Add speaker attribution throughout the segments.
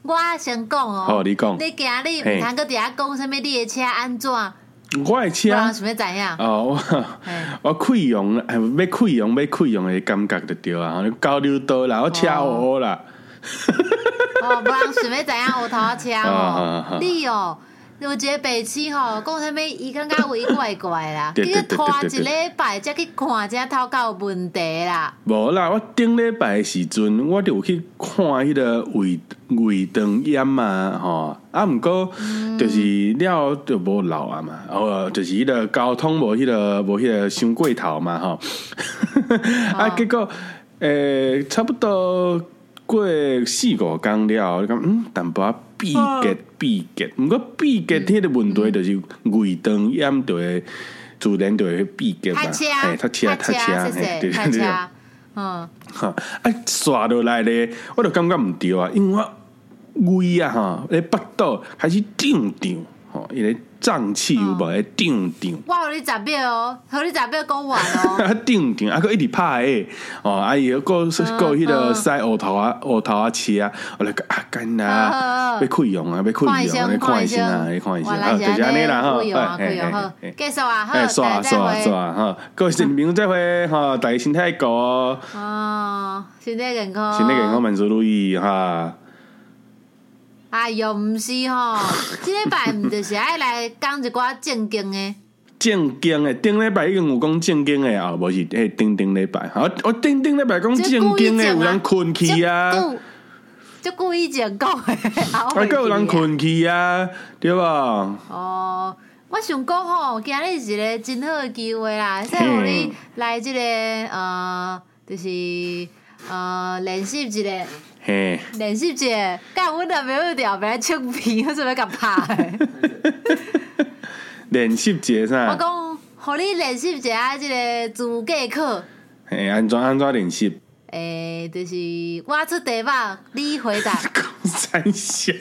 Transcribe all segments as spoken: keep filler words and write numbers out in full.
Speaker 1: 我先讲哦。
Speaker 2: 好，你讲。
Speaker 1: 你今日唔通搁伫遐讲啥物？你的车安怎？
Speaker 2: 我的车，
Speaker 1: 我人想要知影。
Speaker 2: 哦，我我溃用，要溃用，要溃用的感觉就对啊，交流道啦，我车乌啦。
Speaker 1: 哦，无人想要知影乌头车哦，你哦。有一个白痴吼，讲啥物？伊感觉有伊怪怪啦，伊拖一礼拜才去看，才头壳有问题啦。
Speaker 2: 无啦，我顶礼拜的时阵，我就有去看迄个胃胃肠炎嘛，吼啊，毋过就是了就无漏啊嘛，哦，就是迄个交通无迄个无迄个伤过头嘛，吼啊，结果诶，差不多过四五工了，你讲嗯，淡薄闭结闭结，毋过闭结迄个问题就是胃肠炎就会自然就会闭结嘛，
Speaker 1: 嘿，
Speaker 2: 他车他车，
Speaker 1: 对对对，嗯，
Speaker 2: 哈，啊，刷落来咧，我就感觉毋对啊，因为我胃啊哈，咧腹肚开始胀胀，吼，伊咧胀气有无？咧胀胀。
Speaker 1: 我互你十秒哦，互你十秒讲完哦。
Speaker 2: 啊，胀胀，啊，佮一直拍诶，哦，啊，伊个个迄个塞乌头啊，乌头啊切啊，我来啊干啊，要溃疡啊，要溃疡，你看医生啊，你看医生啊，就是安尼啦吼，
Speaker 1: 溃疡好，继续啊，好，
Speaker 2: 刷刷刷吼，各位新朋友再会吼，大家身体好哦。
Speaker 1: 哦，身体健康，
Speaker 2: 身体健康，万事如意哈。
Speaker 1: 哎哟，毋是吼，即礼拜毋就是爱来讲一寡正经诶。
Speaker 2: 正经诶，顶礼拜已经有讲正经诶啊，无是迄顶顶礼拜，我我顶顶礼拜讲正经诶，有人困去啊，
Speaker 1: 就故意讲讲诶，啊，
Speaker 2: 还有人困去啊，对吧？
Speaker 1: 哦，我想讲吼，今日是一个真好诶机会啦，说互你来即、這个呃，就是呃练习一个。
Speaker 2: 嘿，
Speaker 1: 练习者，干阮男朋友条边唱片，我准备甲拍诶。
Speaker 2: 练习者啥？
Speaker 1: 我讲，互你练习一下即个自驾课。
Speaker 2: 嘿，安怎安怎练习？
Speaker 1: 诶、欸，就是我出题目，你回答。
Speaker 2: 三小。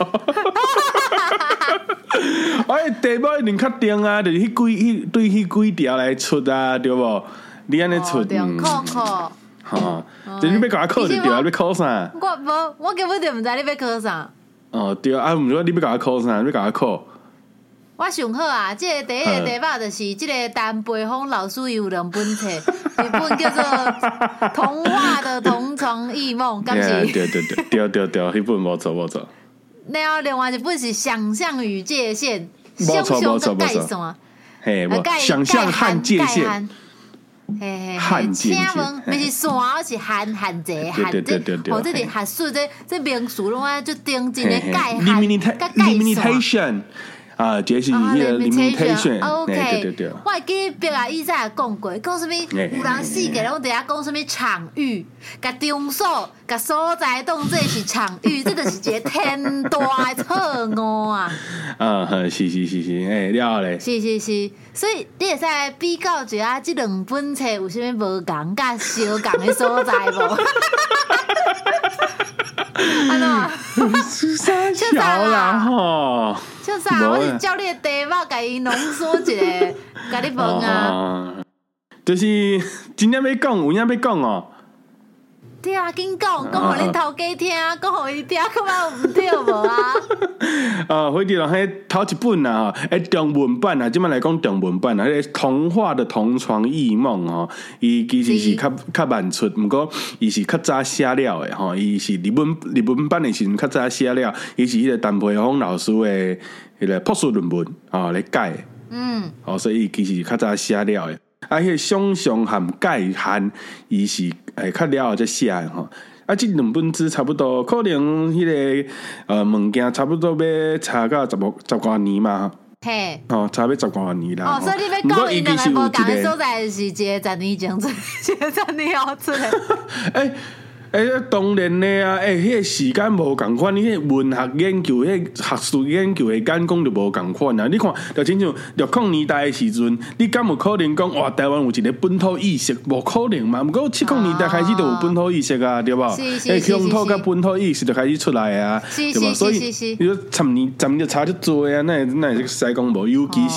Speaker 2: 我诶题目一定确定啊，就是迄几迄对迄几条来出啊，对无？你安尼出，
Speaker 1: 嗯，考考。
Speaker 2: 吼，就是你要甲我考就对啊，你要考啥？
Speaker 1: 我无，我根本就毋知你要考啥。
Speaker 2: 哦，对啊，啊，毋过你要甲我考啥？你要甲我考。
Speaker 1: 我想好啊，即、這個第一個題目就是即個陈培峰老師有兩本冊，一本叫做《童話的同床異夢》，敢是？
Speaker 2: 對對對對對對，迄本無錯無錯。
Speaker 1: 然後另外一本是《想象與界限》，
Speaker 2: 無錯無錯無錯。嘿，無想象和界限。
Speaker 1: 嘿嘿嘿，請問，咪是山，我是限限制限制，或者是限數，這這名詞攏啊就定真嘅界限，甲界線。
Speaker 2: 啊，這是迄個 limitation。
Speaker 1: OK，
Speaker 2: 對對對。
Speaker 1: 我記得別啊，以前講過，講什麼？有人四個攏伫遐講什麼場域，甲場所、甲所在當做是場域，這就是一個天大嘅錯誤啊！
Speaker 2: 啊，是是是是，誒，了後咧。
Speaker 1: 是是是，所以你會使比較一下，這兩本冊有啥物無共甲相共嘅所在無？安怎？
Speaker 2: 三小啦吼！
Speaker 1: 就啥？我是教你的題目，甲伊濃縮一個，甲你問啊。
Speaker 2: 就是真正要講，有影要講哦。
Speaker 1: 對啊，緊講，講互恁頭家聽，講互伊聽，看嘛有毋對無啊？
Speaker 2: 啊，回頭迄頭一本啊，誒中文版啊，即擺來講中文版啊，迄個童話的同床異夢吼，伊其實是較較慢出，毋過伊是較早寫了誒吼，伊是日本日本版誒時陣較早寫了，伊是迄個陳培峰老師誒迄個博士論文啊來改，嗯，哦，所以伊其實是較早寫了誒。啊，迄個想象含界限，伊是誒較了後才寫誒吼。啊，即兩本書差不多，可能迄、那個呃物件差不多要差到十五十外年嘛。
Speaker 1: 嘿，
Speaker 2: 哦，差要十外年啦。
Speaker 1: 哦，所以你要講因兩個無共嘅所在是一個十年前出，一個十年後出嘅。誒。誒、欸，
Speaker 2: 當然咧啊！誒、欸，迄、那個時間無共款，你迄文學研究、迄、那個、學術研究嘅眼光就無共款啊！你看，就親像六零年代嘅時陣，你敢有可能講哇，台灣有一個本土意識？無可能嘛！毋過七零年代開始就有本土意識啊，對吧？誒，鄉土甲本土意識就開始出來啊，對吧？所以你說十年、十年就差得多啊！那那是使講無，尤其是。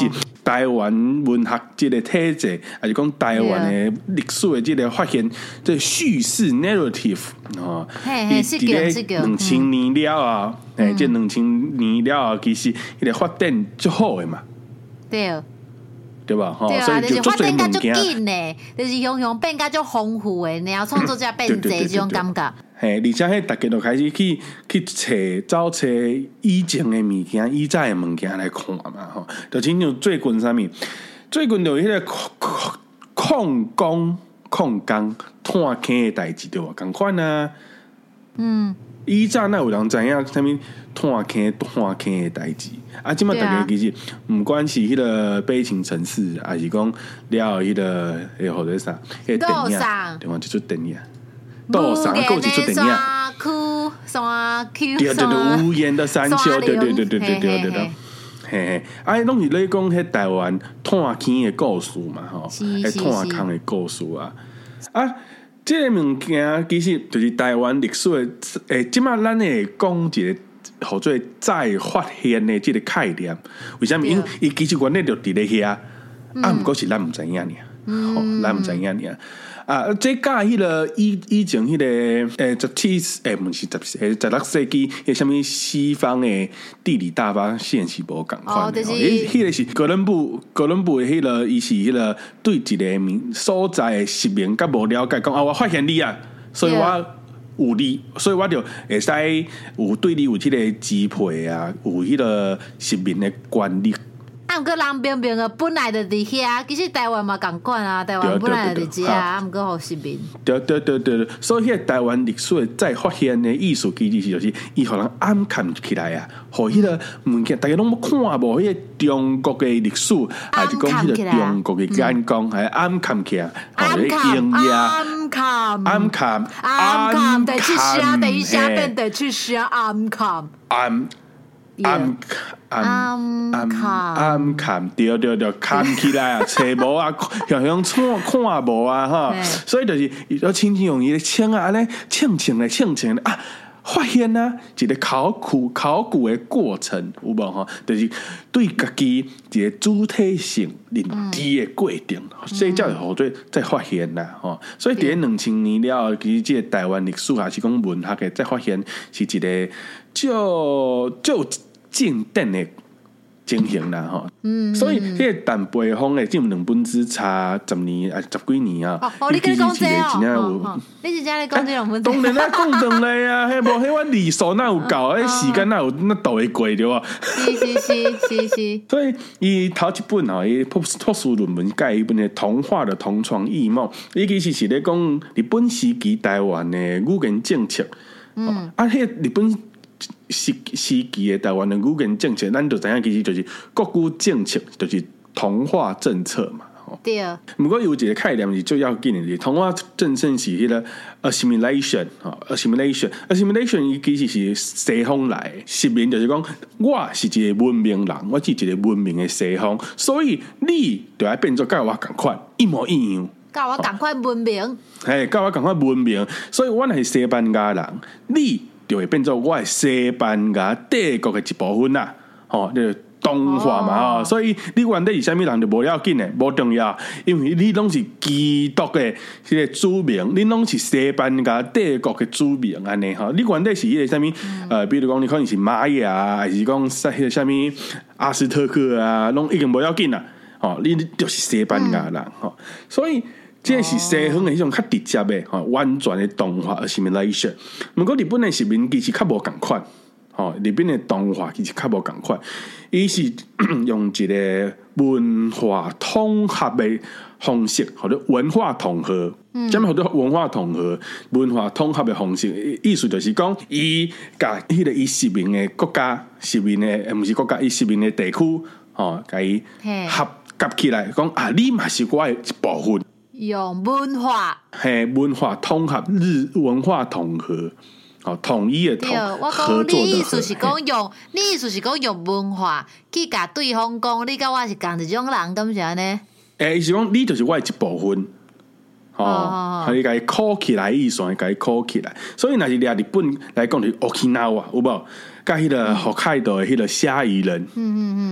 Speaker 2: 台湾文学这个体制，还是讲台湾的历史的这个发现，这叙事 narrative 哦，伊伫咧两千年了啊，诶，这两千年了啊，其实伊个发展足好的嘛，
Speaker 1: 对。
Speaker 2: 对吧？
Speaker 1: 对啊，就是发展甲足紧的，就是雄雄变甲足丰富的，然后创作者变侪这种感觉。
Speaker 2: 嘿，而且迄大家都开始去去找找找以前的物件、以前的物件来看嘛，吼。就亲像最近啥物，最近就迄个矿工、矿工探坑的代志，对吧？共款啊。嗯。以前哪有人知影啥物探坑、探坑的代志？啊，即摆大家其实毋管是迄个悲情城市，还是讲了迄个诶，或者啥，迄电影，对嘛，就出电影。岛上够几出电影？
Speaker 1: 山区，山区，
Speaker 2: 对对对，无言的山丘，对对对对对对对对。嘿嘿，啊，拢是咧讲迄台湾探坑的故事嘛，吼，迄探坑的故事啊，啊。这个物件其实就是台湾历史的，诶，即摆咱会讲一个叫做再发现的这个概念。为什么？因为伊其实原来就伫咧遐，啊，毋过是咱毋知影尔，吼，咱毋知影尔。啊，这甲迄个以以前迄个诶，十七诶，毋是十诶，十六世纪迄什物西方诶地理大发现是无共款的。迄迄个是哥伦布，哥伦布诶，迄个伊是迄个对一个名所在诶实名甲无了解，讲啊，我发现你啊，所以我有你，所以我就会使有对你有迄个支配啊，有迄个实名诶权利。
Speaker 1: 啊，毋过人明明个本来就伫遐，其实台湾嘛共款啊，台湾本来就伫遮，啊，毋过互实名。
Speaker 2: 对对对对对，所以迄个台湾历史再发现的艺术其实就是伊互人暗藏起来啊，互迄个物件大家拢看无迄个中国的历史，还是讲迄个中国的眼光，还暗藏起来，
Speaker 1: 暗藏暗藏
Speaker 2: 暗藏
Speaker 1: 暗藏，得去写，等一下变得去写暗藏
Speaker 2: 暗。暗暗暗暗看，对对对，看起来啊，找无啊，向向看看无啊，哈，所以就是要亲亲用伊咧请啊，安尼请请咧请请啊，发现啊，一个考古考古的过程，有无哈？就是对家己一个主体性认知的过程，所以才会好做再发现啦，吼。所以伫咧两千年了，其实即个台湾历史还是讲文学的再发现，是一个就就正典的情形啦，吼。嗯，所以迄个陈培峰的这两本书差十年啊，十几年啊。
Speaker 1: 哦，你跟你讲这哦，你是真咧讲这两本？
Speaker 2: 当然啦，讲转来啊，迄无迄我字数哪有够，迄时间哪有那倒会过对吧？
Speaker 1: 是是是是是。
Speaker 2: 所以伊头一本吼，伊博博士论文改一本的童话的同床异梦，伊其实是咧讲日本时期台湾的语言政策。嗯，啊，迄日本。时时期的台湾的语言政策，咱就知影其实就是国语政策，就是同化政策嘛。
Speaker 1: 对。
Speaker 2: 不过有一个概念是最要紧的，同化政策是迄个 assimilation 哈 ，assimilation assimilation 伊其实是西方来的，实名就是讲我是一个文明人，我是一个文明的西方，所以你就要变做甲我同款一模一样。
Speaker 1: 甲我同款文明。
Speaker 2: 嘿，甲我同款文明，所以我是西班牙人，你。就会变做我係西班牙帝國嘅一部分啦，吼、哦，你、這個、東化嘛，吼、哦，所以你原底是啥物人就無要緊嘅，無重要，因為你攏是基督嘅迄個主名，你攏是西班牙帝國嘅主名安尼吼，你原底是迄個啥物，呃，比如講你可能是瑪雅，還是講迄個啥物阿斯特克啊，攏已經無要緊啦，吼、哦，你就是西班牙人，吼、嗯哦，所以。這是西方的迄種較直接的吼，完全的同化 assimilation。不過日本的實名其實較無共款，吼，日本的同化其實較無共款，伊是用一個文化統合的方式，或者文化統合。咁麼好多文化統合、文化統合的方式，意思就是講，伊甲迄個伊實名的國家、實名的誒唔是國家，伊實名的地區，吼，甲伊合合起來，講啊，你嘛是我的一部分。
Speaker 1: 用文化，
Speaker 2: 嘿，文化統合，日文化統合，哦，統一的統，合作的合。
Speaker 1: 你意思是講用，你意思是講用文化去甲對方講，你甲我是同一種人，咁是安尼？
Speaker 2: 誒，意思講你就是我的一部分，哦，係甲伊箍起來，意思係甲伊箍起來。所以若是掠日本來講，就是 Okinawa 有無？甲迄個北海道的迄個蝦夷人，嗯嗯嗯。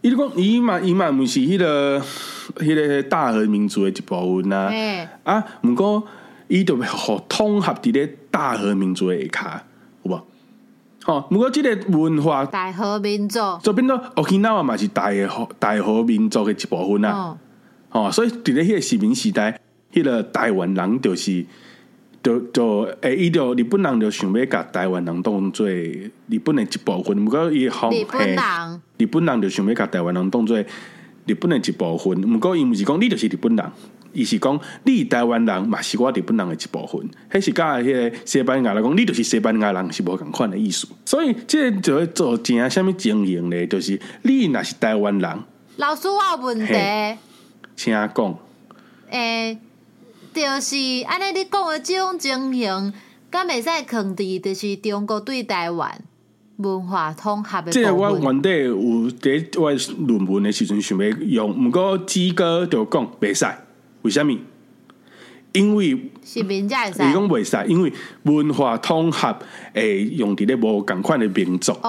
Speaker 2: 伊讲伊嘛伊嘛毋是迄、那个迄、那个大和民族的一部分啊，欸、啊，毋过伊就互统合伫咧大和民族的下骹，有无？吼，毋过即个文化
Speaker 1: 大和民族，
Speaker 2: 就变做 Okinawa 嘛是大和大和民族的一部分啊，吼、哦，所以伫咧迄个殖民時代，迄、那個台灣人就是。就就誒，伊就日本人就想要甲台灣人當做日本的一部分，毋過伊方
Speaker 1: 日本人，
Speaker 2: 日本人就想要甲台灣人當做日本的一部分，毋過伊毋是講你就是日本人，伊是講你台灣人嘛是我日本人的一部分，迄是甲迄個西班牙來講，你就是西班牙人是無共款的意思，所以即個就會做成啥物情形咧？就是你若是台灣人，
Speaker 1: 老師我有問題，
Speaker 2: 請講，
Speaker 1: 誒。就是安尼，你讲的这种情形，敢袂使囥伫，就是中國對台灣文化統合的部分。即個我
Speaker 2: 原底有伫我論文的時陣想要用，毋過資哥就講袂使，為什麼？因為
Speaker 1: 是民才會使。
Speaker 2: 伊講袂使，因為文化統合會用伫咧無共款的民族。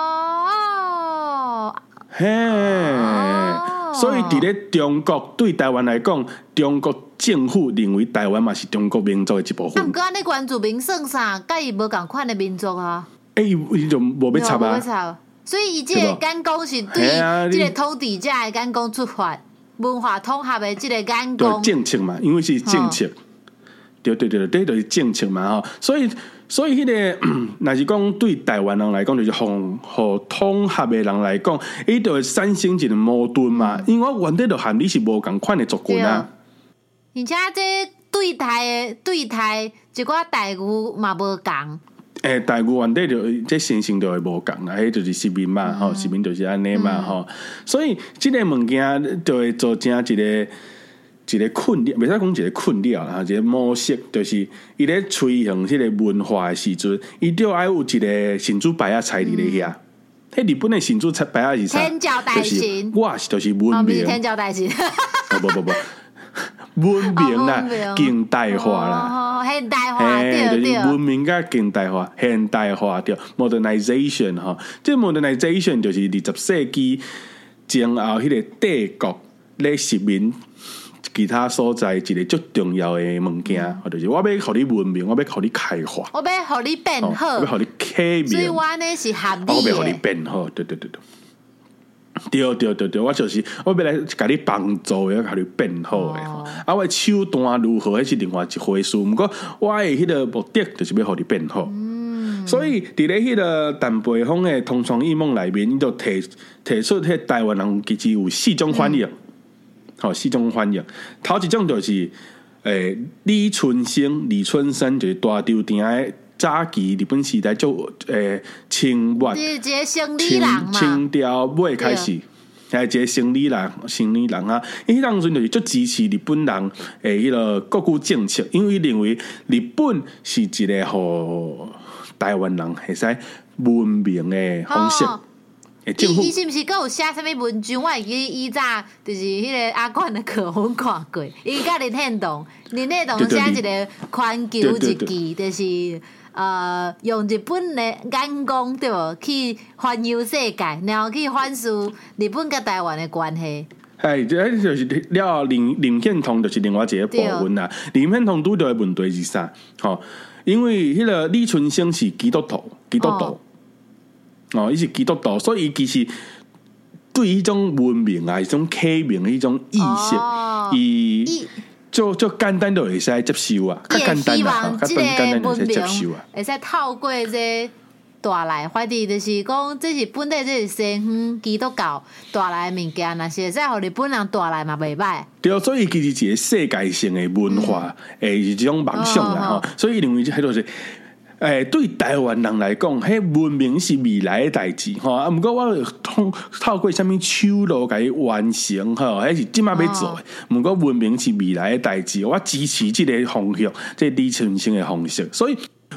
Speaker 1: 哦，
Speaker 2: 嘿。哦所以，伫咧中國對台灣來講，中國政府認為台灣嘛是中國民族的一部分。
Speaker 1: 啊，毋過安尼原住民算啥？甲伊無共款的民族啊？
Speaker 2: 誒、欸，伊就無要插啊。
Speaker 1: 無插，所以伊即個眼光是對即個土地者的眼光出發，文化統合的即個眼光。
Speaker 2: 對政策嘛，因為是政策。哦、對對對對，就是政策嘛吼。所以，所以迄、那個，若是講對台灣人來講，就是互互統合的人來講，伊就會產生一個矛盾嘛。嗯、因為我原底就含你是無共款的族群啊。
Speaker 1: 而且這對台的對台一寡台語嘛無共。誒、
Speaker 2: 欸，台語原底就這先生就會無共啦，迄就是市民嘛，吼、嗯，市民就是安尼嘛，吼、嗯。所以即個物件就會造成一個。一個困擾，袂使講一個困擾啦，一個模式就是伊咧推行迄個文化的時陣，伊就愛有一個神主牌仔菜佇咧遐。迄日本的神主牌仔是啥？
Speaker 1: 天照大神。
Speaker 2: 我是就是文明。
Speaker 1: 天照大神。
Speaker 2: 不不不，文明啦，近代化啦。
Speaker 1: 現代化對對。
Speaker 2: 就是文明甲近代化、現代化對 ，modernization 吼，即 modernization 就是二十世紀前後迄個帝國咧殖民。其他所在一個最重要的物件，嗯、就是我要互你文明，我要互你開化，
Speaker 1: 我要互你變好，
Speaker 2: 哦、我要互你開明，
Speaker 1: 所以我呢是合理的。
Speaker 2: 我要互你變好，對對對對，對對對對，我就是我要來甲你幫助，要甲你變好的。哦、啊，我手段如何，那是另外一回事。不過我的迄個目的就是要互你變好。嗯、所以佇咧迄個淡北方的同床異夢內面，伊就提提出迄台灣人其實有四種翻譯。嗯好、哦，四種翻譯。頭一種就是誒、欸、李春生，李春生就是大稻埕的早期日本時代就誒清末，清清朝尾開始，係一個生理人，生理人啊。伊迄當陣就是足支持日本人誒迄個國語政策，因為伊認為日本是一個互台灣人會使文明的方式。哦
Speaker 1: 伊伊是毋是閣有寫啥物文章？我會記以早就是迄個阿冠的課本看過。伊甲林獻堂，林獻堂寫一個環球日記，就是呃用日本的眼光對無去環遊世界，然後去反思日本甲台灣的關係。
Speaker 2: 係，這就是了林林獻堂就是另外一個部分啦。林獻堂拄到的問題是啥？吼、哦，因為迄個李春生是基督徒，基督徒。哦哦，伊是基督徒，所以伊其實對迄種文明啊、迄種啟明的迄種意識，伊就就簡單就會使接受啊，較簡單啦，較簡單就會使接受啊。
Speaker 1: 會使透過這帶來，反正就是講，這是本地，這是西方基督教帶來的物件，若是會使互日本人帶來嘛袂歹。對，
Speaker 2: 所以其實一個世界性的文化，誒、嗯，是這種夢想啦，吼、哦。所以伊認為喺度是。誒、欸，對台灣人來講，迄文明是未來的代誌，吼。啊，毋過我通透過啥物手路甲伊完成，吼，迄是即馬要做的。毋過、哦、文明是未來的代誌，我支持即個方向，即、這個李春生的方式。所以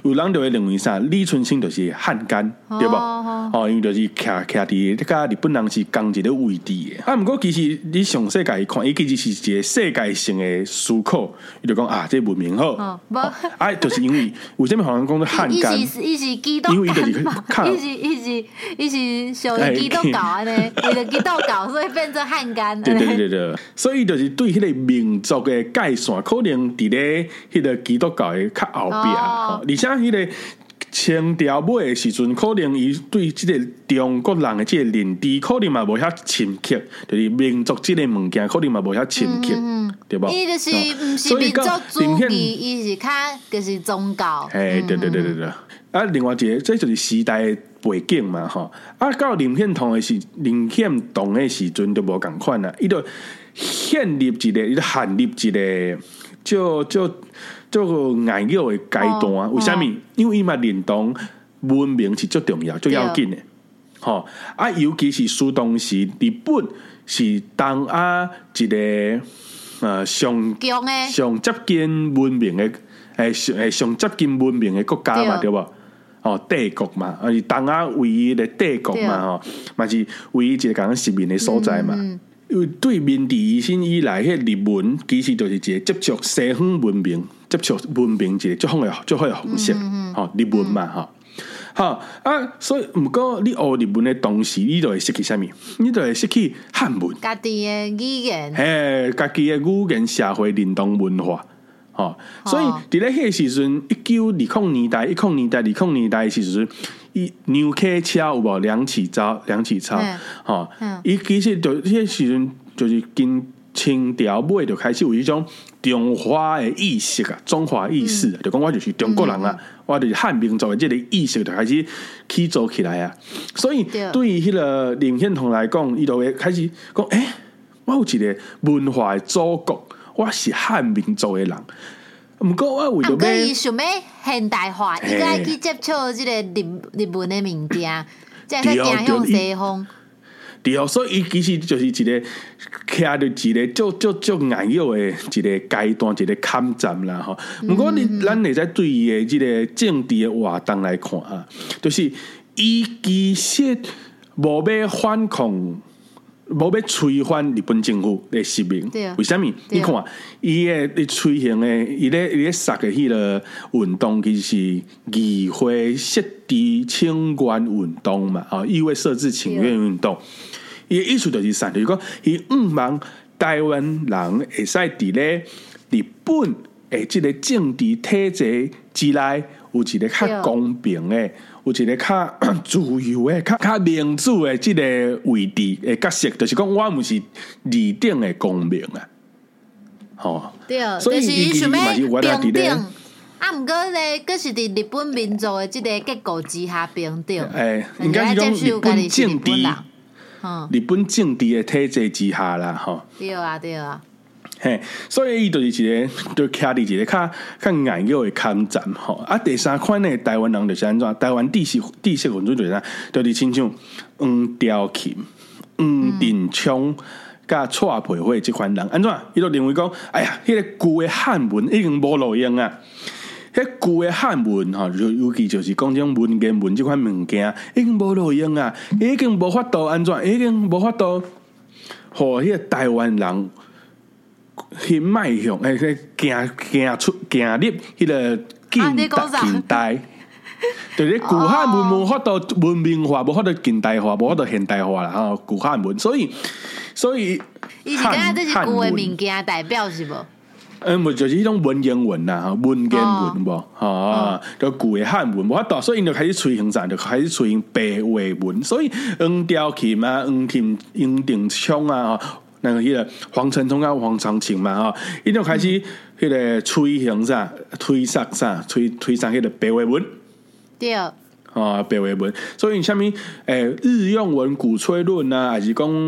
Speaker 2: 有人就会认为啥，李春生就是汉奸，对不？哦，因为就是徛徛伫这个日本人是同一个位置的。啊，不过其实你上世界看，伊其实是一个世界性的思考，伊就讲啊，这文明好，哦哦、啊，就是因为为什么好像讲做汉奸？
Speaker 1: 伊是伊是基督教嘛，伊是伊是伊是属于基督教安尼，为了基督教所以变成汉奸。
Speaker 2: 对对对对，所以就是对迄个民族的界线，可能伫咧迄个基督教的较后壁，哦、而且迄个清朝尾的时阵，可能伊对即个中国人的即个认知，可能嘛无遐深刻，就是民族即个物件，可能嘛无遐深刻，嗯嗯、对无？
Speaker 1: 伊就是毋是民族主义，伊是较就是宗教。
Speaker 2: 哎，对对对对对。啊，另外一个，这就是时代的背景嘛，吼。啊，到林献堂的时，林献堂的时阵就无共款啦，伊就建立一个，伊就建立一个，就就就硬要的阶段。哦、为什么？因为伊嘛认同文明是最重要、最要紧的，吼。啊，尤其是苏东时，日本是东亚一个呃上上接近文明的，诶诶上接近文明的国家嘛，对无？哦，帝国嘛，而是东亚唯一的帝国嘛，吼，嘛是唯一一个讲殖民的所在嘛。嗯、因为对明治维新以来，迄日文其實就是一個接觸西方文明、接觸文明一個最好嘅、最好嘅方式，吼、嗯嗯，日文嘛，吼、嗯，好啊。所以毋過你學日文嘅同時，你就會失去啥物？你就會失去漢文，
Speaker 1: 家己嘅語言，
Speaker 2: 嘿，家己嘅語言、社會認同文化。哦，所以伫咧迄個時陣，一九二零年代、一零年代、二零年代嘅時陣，伊牛客車有無梁啟超、梁啟超，吼，伊其實就迄個時陣就是跟清朝尾就開始有一種中華嘅意識啊，中華意識啊，嗯、就講我就是中國人啊，嗯、我就是漢民族嘅即個意識就開始起造起來啊。所以對於迄個林獻堂來講，伊就會開始講，誒、欸，我有一個文化嘅祖國。我是漢民族的人，不過我為咗咩？伊
Speaker 1: 想要現代化，伊該去接觸即個日日文的物件，即係走向西方。
Speaker 2: 對，所以伊其實就是一個徛着一個足足足硬要的一個階段，一個坎站啦吼。不過你咱會在對伊的即個政治的活動來看啊，就是伊其實無要反抗。無要推翻日本政府的使命，為什麼？你看伊個推行的，伊咧伊咧殺嘅迄個運動，其實是議會設置請願運動嘛，啊，議會設置請願運動。伊嘅意思就是啥？就是講伊毋望台灣人會使佇咧日本誒即個政治體制之內有一個較公平嘅。有一個較自由嘅、較較民主嘅即個位置嘅角色，就是講我毋是二等嘅公民啊，吼，
Speaker 1: 對，所以伊想要平等，啊，毋過咧，佫是佇日本民族嘅即個結構之下平等，
Speaker 2: 誒，應該是講日本政治，日本政治嘅體制之下啦，吼，
Speaker 1: 對啊，對啊。
Speaker 2: 嘿，所以伊就是一個，就徛佇一個較較硬腰的坎站吼。啊，第三款呢，台灣人就是安怎？台灣知識知識分子就是啥？就是親像黃兆慶、黃定昌、甲蔡培慧這款人，安怎？伊就認為講，哎呀，迄、那個舊的漢文已經無路用啊。迄舊的漢文吼，尤其就是講種文言文這款物件，已經無路用啊，已經無法度安怎？已經無法度，互迄個台灣人。去邁向誒，行行出行入迄個近代近代，就是古漢文無法度文明化，無法度近代化，無法度現代化啦。吼，古漢文，所以所以，
Speaker 1: 伊是講這是舊嘅物件代表是無？
Speaker 2: 嗯，無就是迄種文言文啦，文言文無，吼，就舊嘅漢文無法度，所以因就開始推行啥，就開始推行白話文，所以黃兆慶啊、黃定黃定昌啊。那個迄個黃承聰啊、黃長青嘛吼，伊就開始迄個推行啥、推殺啥、推推上迄個白話文。
Speaker 1: 對。哦，
Speaker 2: 白話文，所以啥物誒日用文、鼓吹論啊，還是講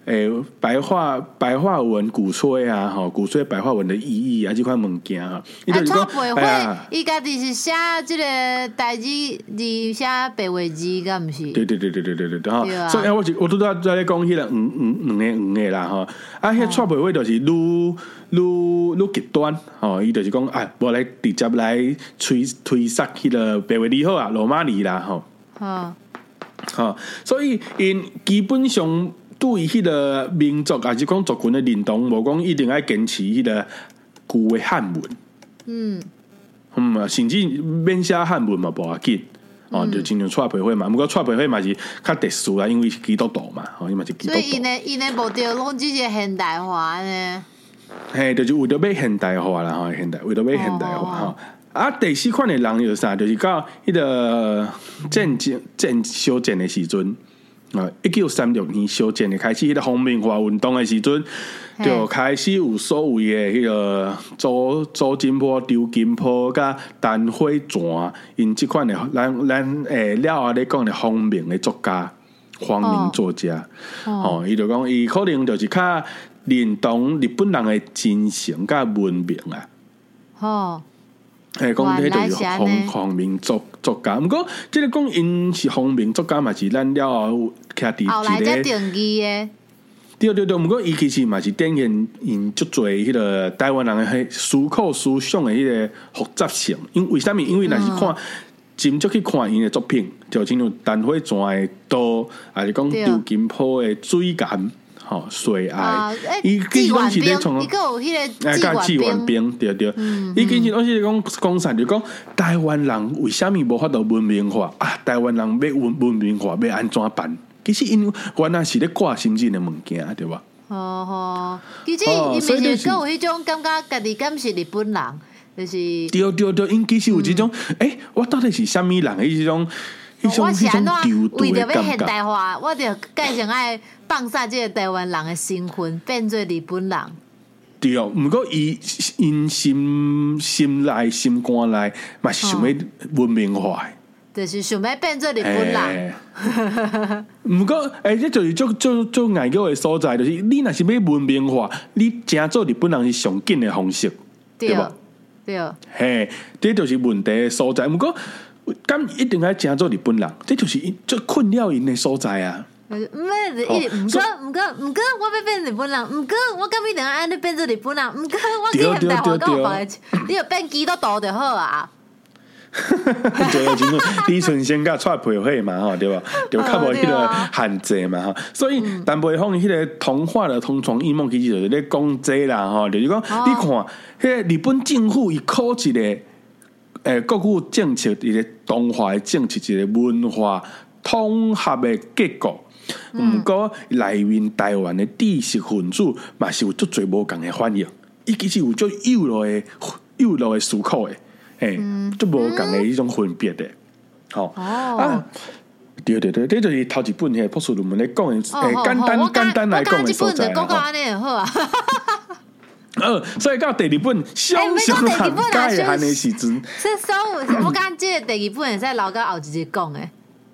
Speaker 2: 诶白话白话文鼓吹啊，吼鼓吹白话文的意义啊，这款物件啊，
Speaker 1: 伊就是讲，哎，伊家己是写即个台字字写白话字，敢毋是？
Speaker 2: 对对对对对对对，哈，所以我是我拄仔在咧讲迄个黄黄两个黄个啦，吼，啊，迄蔡培慧就是愈愈愈极端，吼，伊就是讲，啊，无来直接来推推杀迄个白话字好啊，罗马字啦，吼，
Speaker 1: 好，
Speaker 2: 吼，所以因基本上。对迄个民族还是讲族群的认同，无讲一定要坚持迄个旧的汉文。嗯，嗯，甚至免写汉文嘛，无要紧。哦，就亲像蔡培慧嘛，不过蔡培慧嘛是较特殊啦，因为是基督徒嘛，哦，伊嘛是基督徒。
Speaker 1: 所以因的因的目的拢只是现代化呢。
Speaker 2: 嘿，就是为着要现代化啦，吼，现代为着要现代化吼。啊，第四款的人就是啥？就是到迄个战争战休战的时阵。啊！一九三六年修建的开始，迄个皇民化运动的时阵，就开始有所谓的迄个周周金波、刘金波、甲陈慧泉，因即款的咱咱诶了后咧讲的皇民的作家、皇民作家，哦，伊、哦、就讲伊可能就是较认同日本人的精神甲文明啊。哦。诶，讲迄就是皇皇民作作家，毋过即个讲因是皇民作家嘛，是咱了后徛伫一个后
Speaker 1: 来才定义诶。
Speaker 2: 对对对，毋过伊其实嘛是展现因足侪迄个台湾人诶思考思想诶迄个复杂性。因为啥物？因为若是看斟酌去看因诶作品，就亲像陈慧泉诶刀，还是讲刘金波诶水岩。吼，水爱，伊基本是咧从，
Speaker 1: 伊个有迄个
Speaker 2: 纪元兵，对对，伊其实拢是讲讲啥，就讲台湾人为虾米无法度文明化啊？台湾人要文文明化，要安怎办？其实因原来是咧挂心境的物件，对吧？
Speaker 1: 哦哦，其实伊咪是个有迄种感觉，家己敢是日本人，就是
Speaker 2: 对对对，因其实有即种，诶，我到底是虾米人？迄种。
Speaker 1: 我是安怎为着要现代化，我着改成爱放下这个台湾人的身份，变做日本人。
Speaker 2: 对哦，毋过伊因心心内心肝内嘛是想要文明化
Speaker 1: 的，就是想要变做日本人。
Speaker 2: 毋过诶，这就是足足足爱叫的所在，就是你若是要文明化，你真做日本人是上紧的方式，对吧？
Speaker 1: 对，
Speaker 2: 嘿，这就是问题的所在。毋过。敢一定要真做日本人，这就是最困扰因的所在啊！
Speaker 1: 唔咩，唔过唔过唔过，我要变日本人，唔过我敢一定要安尼变做日本人，唔过我去现代化跟我讲的，你就变基督徒就好啊！
Speaker 2: 对啊，真李春先甲蔡培慧嘛，吼对吧？就较无迄个限制嘛，吼。所以陈培凤迄个童话的同床异梦，其实就是咧讲这啦，吼，就是讲你看，迄个日本政府伊考一个。诶，国语政策一个动画的政策，一个文化统合的结果。毋过内面台湾的知识分子嘛是有足侪无共的反应，伊其实有足幼路的幼路的思考的，诶，足无共的迄种分别的。吼、哦、啊，对对对，这就是头一本迄博士论文咧讲的，诶，简单简单来讲的所在
Speaker 1: 啦。我讲一本就讲到安尼就好啊。
Speaker 2: 呃，所以到第二本相相涵盖的汉的时阵，
Speaker 1: 是所有我感觉第二本会使留到后一日讲诶。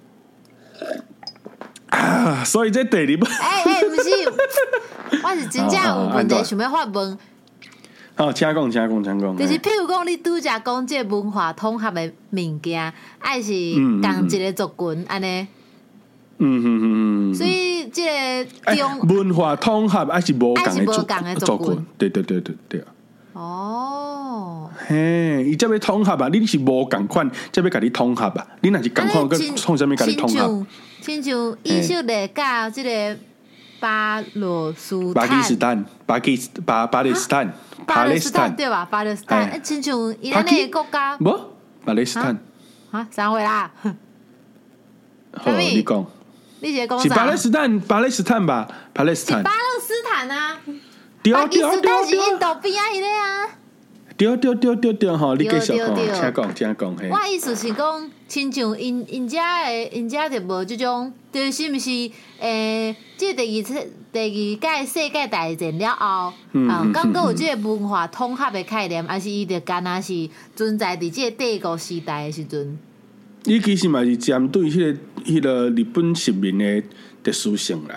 Speaker 2: 啊，所以这第二本，
Speaker 1: 哎哎，不是，我是真正有问题想要发问。
Speaker 2: 好，请讲，请讲，请讲。
Speaker 1: 就是譬如讲，你拄则讲这文化统合的物件，爱是同一个族群安尼。嗯嗯嗯嗯，所以这个中、
Speaker 2: 欸、文化统合还是无共的族群，对对对对对。
Speaker 1: 哦，
Speaker 2: 嘿，伊这要统合啊，你是无共款，这要甲你统合啊，你若是共款，佮创啥物甲你统合？
Speaker 1: 亲像以色列甲这个巴勒斯坦、
Speaker 2: 巴基斯坦、巴基巴巴勒斯坦、
Speaker 1: 巴勒斯坦对吧？巴勒斯坦，亲像伊咱那个国家，
Speaker 2: 无巴勒斯坦
Speaker 1: 啊，啥话啦？
Speaker 2: 好，你讲。是巴勒斯坦，巴勒斯坦吧？巴勒斯坦，
Speaker 1: 是巴勒斯坦啊！
Speaker 2: 巴基斯
Speaker 1: 坦是印度边啊，迄个啊！
Speaker 2: 对对对对对吼，你继续讲，请讲，请讲。
Speaker 1: 我意思是讲，亲像因因遮的，因遮就无即种，就是毋是诶？即第二次、第二届世界大战了后，啊，刚刚有即个文化统合的概念，还是伊就干那是存在伫即个帝国时代的时阵。
Speaker 2: 伊其实嘛是针对迄、那个迄、那个日本殖民的特殊性啦。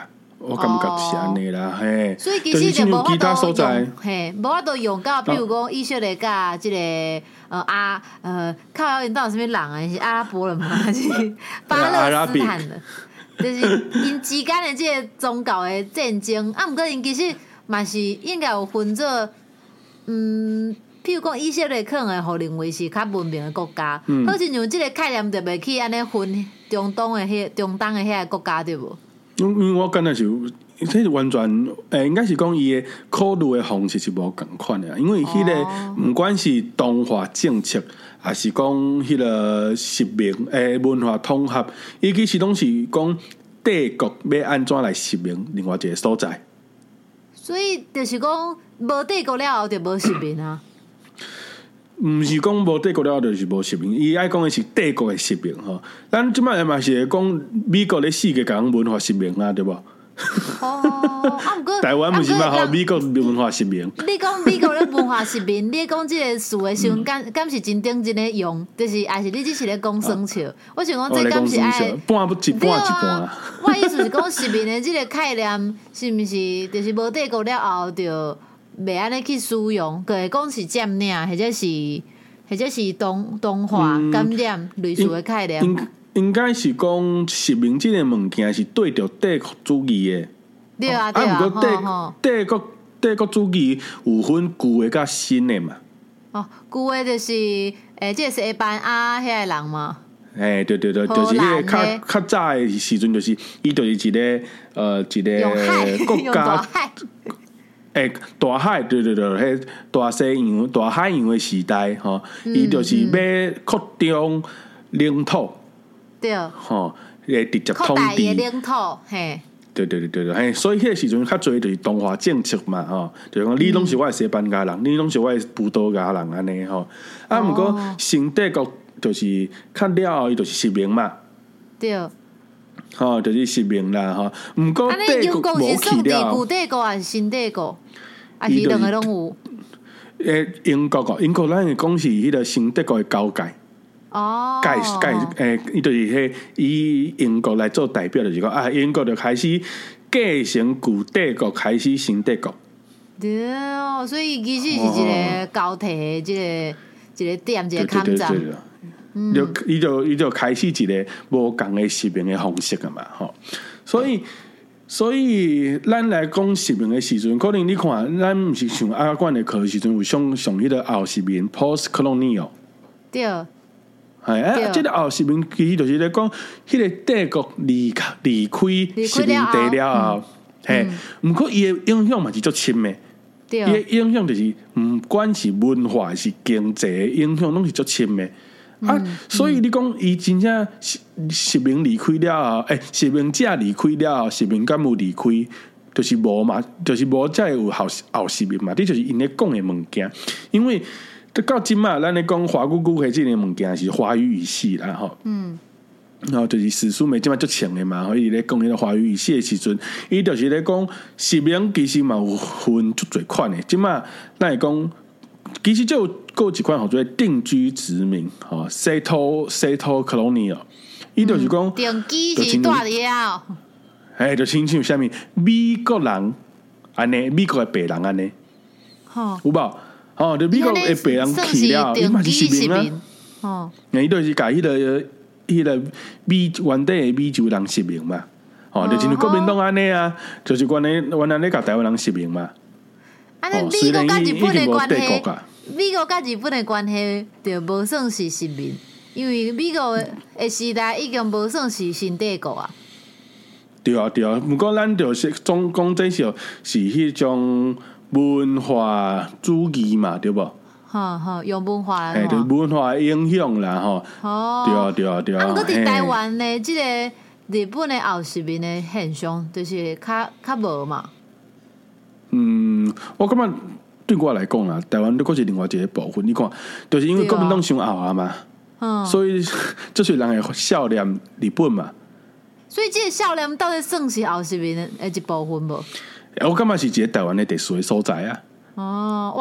Speaker 2: 我感觉是安尼啦，嘿。
Speaker 1: 所以其實就無法度
Speaker 2: 用，
Speaker 1: 嘿，無法度用到，比如講以色列甲即個呃阿呃靠因到什麼人啊？是阿拉伯人嘛，還是巴勒斯坦的？就是因之間的即個宗教的戰爭，啊，毋過因其實嘛是應該有分做，嗯。譬如講以色列可能會互認為是較文明的國家，嗯、好親像即個概念就袂去安尼分中東的迄中東的遐個國家對無？
Speaker 2: 因為我感覺是，即是完全誒、欸，應該是講伊個考慮的方式是無共款的，因為迄個毋管是同化政策，還是講迄個實名誒文化統合，伊其實攏是講帝國要安怎來實名另外一個所在。
Speaker 1: 所以就是講無帝國了後就無實名啊。
Speaker 2: 毋是講無帝國了，就是無實名。伊愛講的是帝國的實名吼。咱即擺嘛是講美國咧四個講文化實名啊，對無？
Speaker 1: 哦，啊，毋過
Speaker 2: 台灣毋是嘛？吼，美國文化實名。
Speaker 1: 你講美國咧文化實名，你講即個詞的時陣，敢敢是真正真咧用，就是還是你只是咧講生笑？我想講這敢是愛
Speaker 2: 半不一半一半。
Speaker 1: 我意思是講實名的即個概念，是毋是就是無帝國了後就？袂安尼去使用，個會講是佔領，或者是或者是同同化感染類似的概念。應應該是講實名這個物件是對着帝國主義的。 對啊對啊，
Speaker 2: 啊帝帝國帝國主義有分舊的甲新的嘛。
Speaker 1: 哦，舊的就是誒，即個西班牙遐個人嘛。
Speaker 2: 誒，對對對，就是迄個較較早的時陣，就是伊就是一個呃一個國家。誒、欸，大海對對對，迄大西洋、大海洋的時代，吼，伊、嗯、就是要擴張領土，
Speaker 1: 對，
Speaker 2: 吼，誒，直接統治。擴大伊
Speaker 1: 領土，嘿。
Speaker 2: 對對對對對，嘿，所以迄個時陣較濟就是同化政策嘛，吼，就是講你攏是我的西班牙人，嗯、你攏是我的葡萄牙人安尼吼。啊，毋過新帝國就是較了後，伊就是實名嘛。對。吼、哦，就是實名啦，吼。毋過帝國無去了。
Speaker 1: 舊帝國還是新帝國？啊，是兩個攏有。
Speaker 2: 誒，英國個英國咱會講是迄個新帝國的交界。哦。界界誒，伊就是迄以英國來做代表，就是講啊，英國就開始繼承舊帝國，開始新帝國。
Speaker 1: 對哦，所以其實是一個交替的，即個一個點，一個抗戰。
Speaker 2: 就伊就伊就開始一個無共的實名的方式啊嘛，吼，所以所以咱來講實名的時陣，可能你看咱毋是像阿管的課時陣有上上迄個後實名 post colonial， 對，係啊，即個後實名其實就是咧講迄個帝國離離開實名地了後，係，毋過伊嘅影響嘛是足深嘅，伊嘅影響就是毋管是文化是經濟影響，攏是足深嘅。啊，嗯、所以你講伊真正實名離開了後，誒、欸，實名者離開了後，實名敢有離開，就是無嘛，就是無才有後後實名嘛，這就是因咧講嘅物件。因為到今嘛，咱咧講華語語系這個物件是華語語系啦，吼。嗯。然後就是史書咪即嘛足強嘅嘛，所以咧講迄個華語語系嘅時陣，伊就是咧講實名其實嘛有分足儕款嘅，即嘛咱會講。其實就有一款叫做定居殖民，吼 ，settle settle colonial， 伊就是講
Speaker 1: 定居是住佇遐，
Speaker 2: 哎，就親像啥物美國人安尼，美國的白人安尼，吼，有無？吼，就美國的白人去了，伊嘛是實名啊，吼，伊就是甲迄個迄個美原地的美洲人實名嘛，吼，就親像國民黨安尼啊，就是原來原來咧甲台灣人實名嘛。
Speaker 1: 啊，你美國甲日本的關係，美國甲日本的關係就無算是實名，因為美國的時代已經無算是新帝國啊。對啊，
Speaker 2: 對啊，不過咱就是總講這是是迄種文化主義嘛，對不？
Speaker 1: 哈哈，用文化來，
Speaker 2: 誒，就文化影響啦，吼。哦。對啊，對啊，對啊。啊，不過喺
Speaker 1: 台灣呢，即個日本的後實名的現象，就是較較無嘛。
Speaker 2: 嗯，我感覺對我來講啦，台灣都嗰是另外一個部分。你看，就是因為國民黨上後啊嘛，嗯、所以這些人會笑臉日本嘛。
Speaker 1: 所以這個笑臉到底算是後實名的一部分無？
Speaker 2: 我感覺是一個台灣的特殊的所在啊。
Speaker 1: 哦，哇！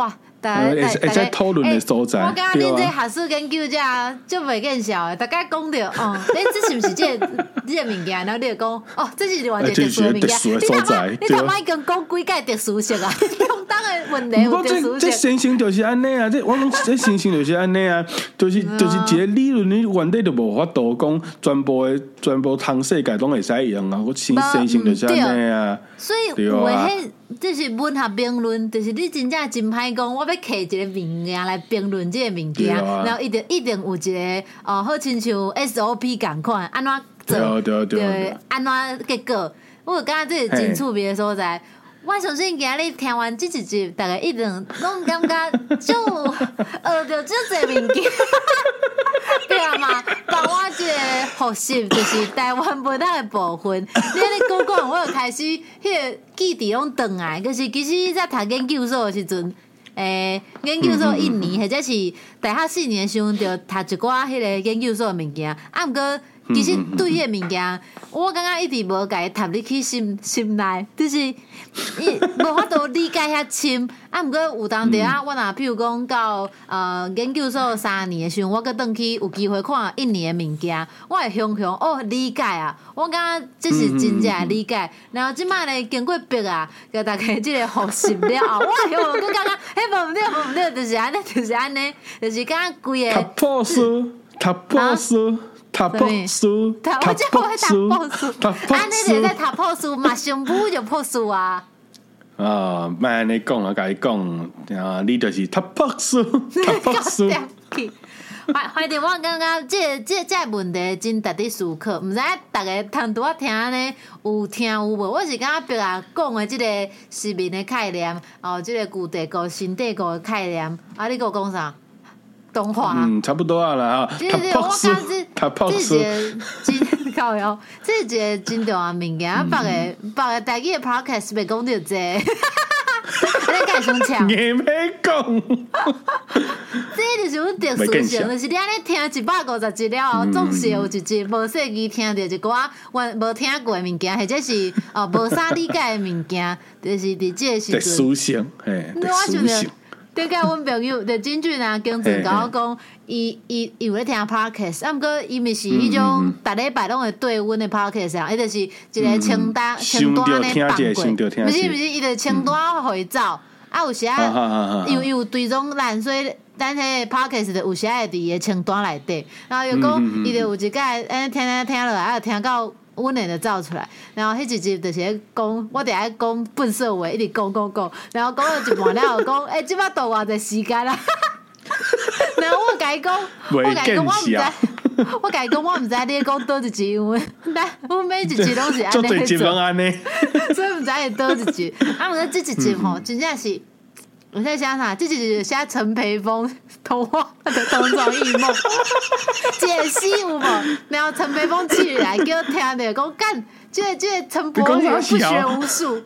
Speaker 2: 会会使讨论的所在。
Speaker 1: 我感觉恁这学术研究者就袂见笑的，大家讲着哦，你这是毋是这个这个物件？然后你就讲哦，这是完全特殊的物件。你他妈你他妈跟讲几届特殊性啊？相当的问题有特殊性。
Speaker 2: 这先生就是安尼啊，这我讲这先生就是安尼啊，就是就是一个理论，你原底就无法度讲全部的全部通世界拢会使用啊，我先先生就是安尼啊。
Speaker 1: 所以有诶，迄这是文学评论，就是你真正真歹讲，我要摕一个物件来评论这个物件，然后一定一定有一个哦，好亲像 S O P 共款，安怎做，
Speaker 2: 对对
Speaker 1: 对，安怎结果，我感觉这是真趣味的所在。我相信今日听完这一集，大家一定拢感觉就学到这侪物件，对啊嘛？帮我这个复习就是台湾本土的部分。你安尼讲讲，我就开始迄个记忆拢转来，就是其实在读研究所的时阵。诶、欸，研究所一年，或者是大学四年的时候，就读一寡迄个研究所的物件。啊，毋过其实对迄个物件，我感觉一直无甲伊读入去心心内，就是伊无法度理解遐深。啊，毋过有当时啊，我若譬如讲到呃研究所三年的时候，我搁转去有机会看一年的物件，我会雄雄哦理解啊。我感觉这是真正的理解。然后即摆咧经过逼啊，甲大家即个复习了后，我雄雄搁感觉迄无毋对，无毋对，就是安尼，就是安尼，就是感觉规个。
Speaker 2: 读破书，读破书。读破书，
Speaker 1: 读我就会读破书，安尼就在读破书嘛，上武就破书啊。
Speaker 2: 啊，莫安尼讲啊，甲伊讲啊，你就是读破书，读破书。
Speaker 1: 反反正我感觉这这这问题真值得思考，毋知大家通拄仔听呢有听有无？我是感觉别啊讲的即个市民的概念，哦，即、这个古帝国、新帝国的概念，啊，你给我讲啥？动画，
Speaker 2: 嗯，差不多啊啦哈。
Speaker 1: 对对，我感觉这这是一个真搞笑，这是一个真重要物件。别个别个台语的 podcast 袂讲到这，你敢想抢？
Speaker 2: 硬要讲，
Speaker 1: 这就是有特殊性，就是你安尼听一百五十集了后，总是有一集无细记听到一寡原无听过的物件，或者是哦无啥理解的物件，就是伫这个时阵。
Speaker 2: 特殊性，嘿，特殊性。
Speaker 1: 对个，阮朋友就真俊啊，经常甲我讲，伊伊伊有咧听 podcast， 啊，毋过伊咪是迄种逐礼拜拢会对阮的 podcast 啊，伊就是一个清单清单咧放过，毋是毋是，伊就清单回照，啊，有时啊，有有追踪咱，所以咱迄个 podcast 就有时会伫伊的清单内底，然后又讲伊就有一届安尼听听听落来，啊，听到。阮诶就走出来，然后迄一集就是咧讲，我伫咧讲笨色话，一直讲讲讲，然后讲到一半了后讲，诶、欸，即摆倒偌济时间啦，然后我甲伊讲，我甲伊讲，我毋知，我甲伊讲，我毋知你咧讲倒一集，因为咱阮每一集拢是安尼做，所以毋知会倒一集。啊，毋过即一集吼，真正是。我在想啥？这就是写陈培峰童话的《东床异梦》解析有无？然后陈培峰起来叫听的讲干，这个这个陈柏宇不学无术，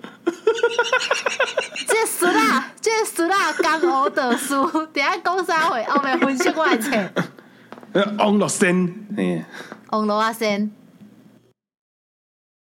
Speaker 1: 这输啦，这输啦，刚学的书，等下讲啥话，后面分析我来找。
Speaker 2: 王乐仙，
Speaker 1: 王乐啊仙。